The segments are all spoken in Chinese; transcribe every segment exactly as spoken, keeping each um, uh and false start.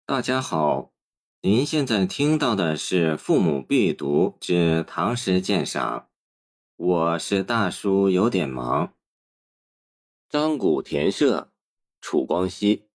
大家好，您现在听到的是《父母必读之唐诗鉴赏》，我是大叔，有点忙。 张古田舍，楚光熙。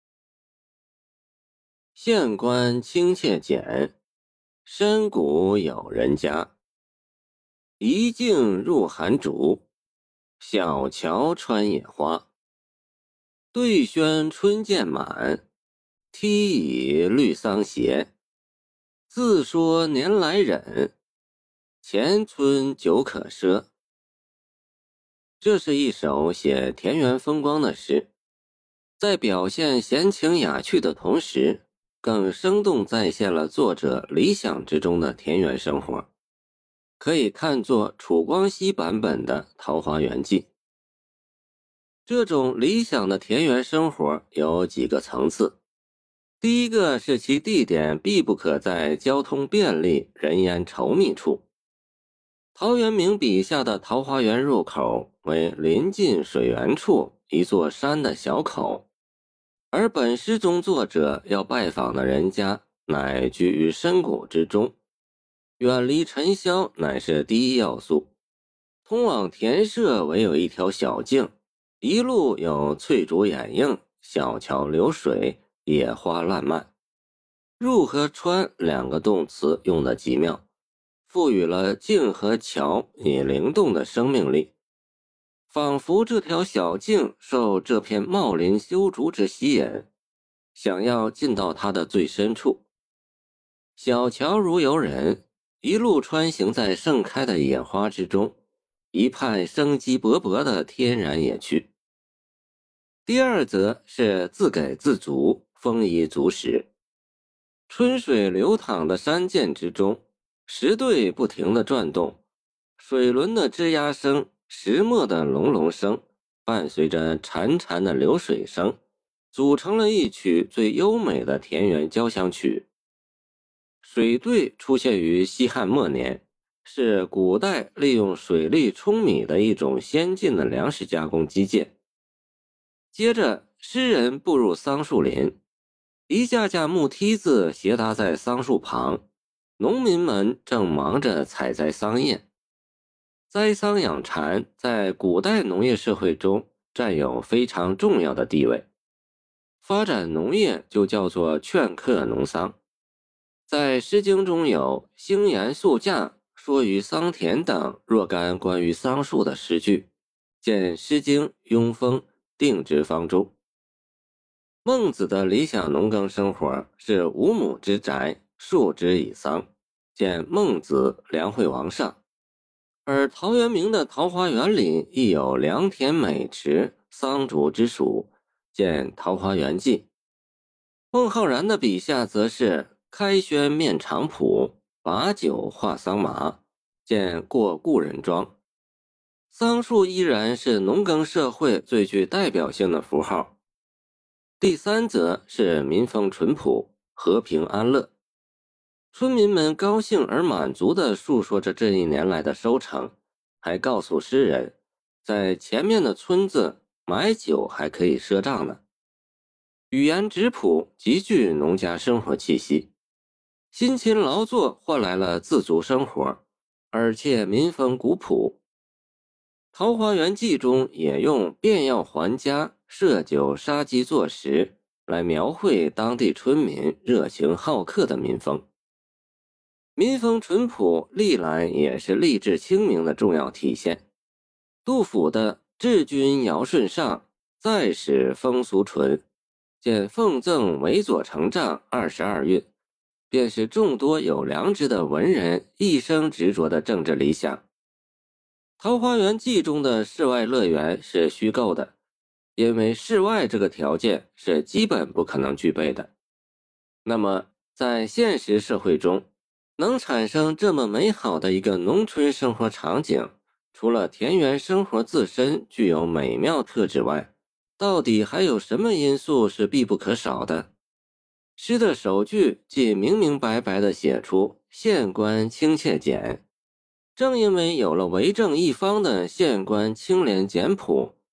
县官轻妾简，深谷有人家。一径入寒竹，小桥穿野花。对轩春渐满，梯已绿桑斜。自说年来忍，前村久可赊。这是一首写田园风光的诗，在表现闲情雅趣的同时，更生动再现了作者理想之中的田园生活，可以看作楚光熙版本的《桃花源记》。这种理想的田园生活有几个层次。第一个是其地点必不可在交通便利、人烟稠密处。陶渊明笔下的桃花源入口为临近水源处一座山的小口，而本诗中作者要拜访的人家乃居于深谷之中，远离尘嚣乃是第一要素。通往田舍唯有一条小径，一路有翠竹掩映，小桥流水，野花烂漫。入和穿两个动词用得极妙，赋予了径和桥以灵动的生命力，仿佛这条小径受这片茂林修竹之吸引，想要进到它的最深处。小桥如游人，一路穿行在盛开的野花之中，一派生机勃勃的天然野趣。第二则是自给自足，丰衣足食。春水流淌的山涧之中，石队不停地转动，水轮的吱呀声，石磨的隆隆声，伴随着潺潺的流水声，组成了一曲最优美的田园交响曲。水队出现于西汉末年，是古代利用水力舂米的一种先进的粮食加工机械。接着，诗人步入桑树林，一架架木梯子斜搭在桑树旁，农民们正忙着采摘桑叶。栽桑养蚕在古代农业社会中占有非常重要的地位，发展农业就叫做劝客农桑。在《诗经》中有兴言宿驾，说于桑田等若干关于桑树的诗句，见《诗经·庸风·定之方》中。孟子的理想农耕生活是五亩之宅，数之以桑，见孟子《梁惠王上》。而陶渊明的桃花源里亦有良田美池，桑竹之属，见《桃花源记》。孟浩然的笔下则是开轩面场圃，把酒话桑麻，见过故人庄。桑树依然是农耕社会最具代表性的符号。第三则是民风淳朴，和平安乐。村民们高兴而满足地述说着这一年来的收成，还告诉诗人，在前面的村子买酒还可以赊账呢。语言质朴，极具农家生活气息。辛勤劳作换来了自足生活，而且民风古朴。桃花源记中也用便要还家，设酒杀鸡作食来描绘当地村民热情好客的民风。民风淳朴历来也是励志清明的重要体现。杜甫的治君尧舜上，再使风俗淳，见奉赠韦左丞丈二十二韵，便是众多有良知的文人一生执着的政治理想。桃花源记中的室外乐园是虚构的，因为室外这个条件是基本不可能具备的。那么在现实社会中，能产生这么美好的一个农村生活场景，除了田园生活自身具有美妙特质外，到底还有什么因素是必不可少的？诗的首句即明明白白地写出县官轻妾简。正因为有了为政一方的县官清廉简朴，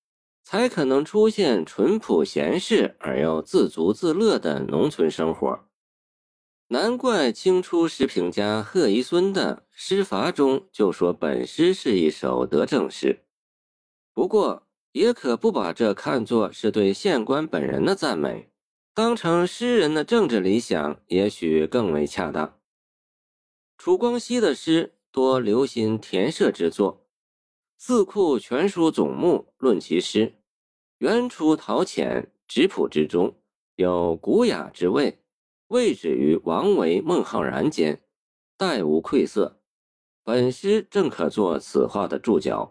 才可能出现淳朴闲适而又自足自乐的农村生活。难怪清初诗评家贺谒孙的《诗罚》中就说本诗是一首德政诗。不过也可不把这看作是对县官本人的赞美，当成诗人的政治理想也许更为恰当。楚光熙的诗多留心填设之作，字库全书总目论其诗，原出陶浅，质朴之中，有古雅之味，位止于王维、孟浩然间，殆无愧色。本诗正可作此话的注脚。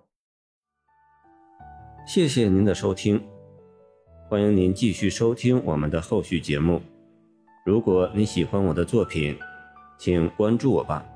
谢谢您的收听，欢迎您继续收听我们的后续节目。如果你喜欢我的作品，请关注我吧。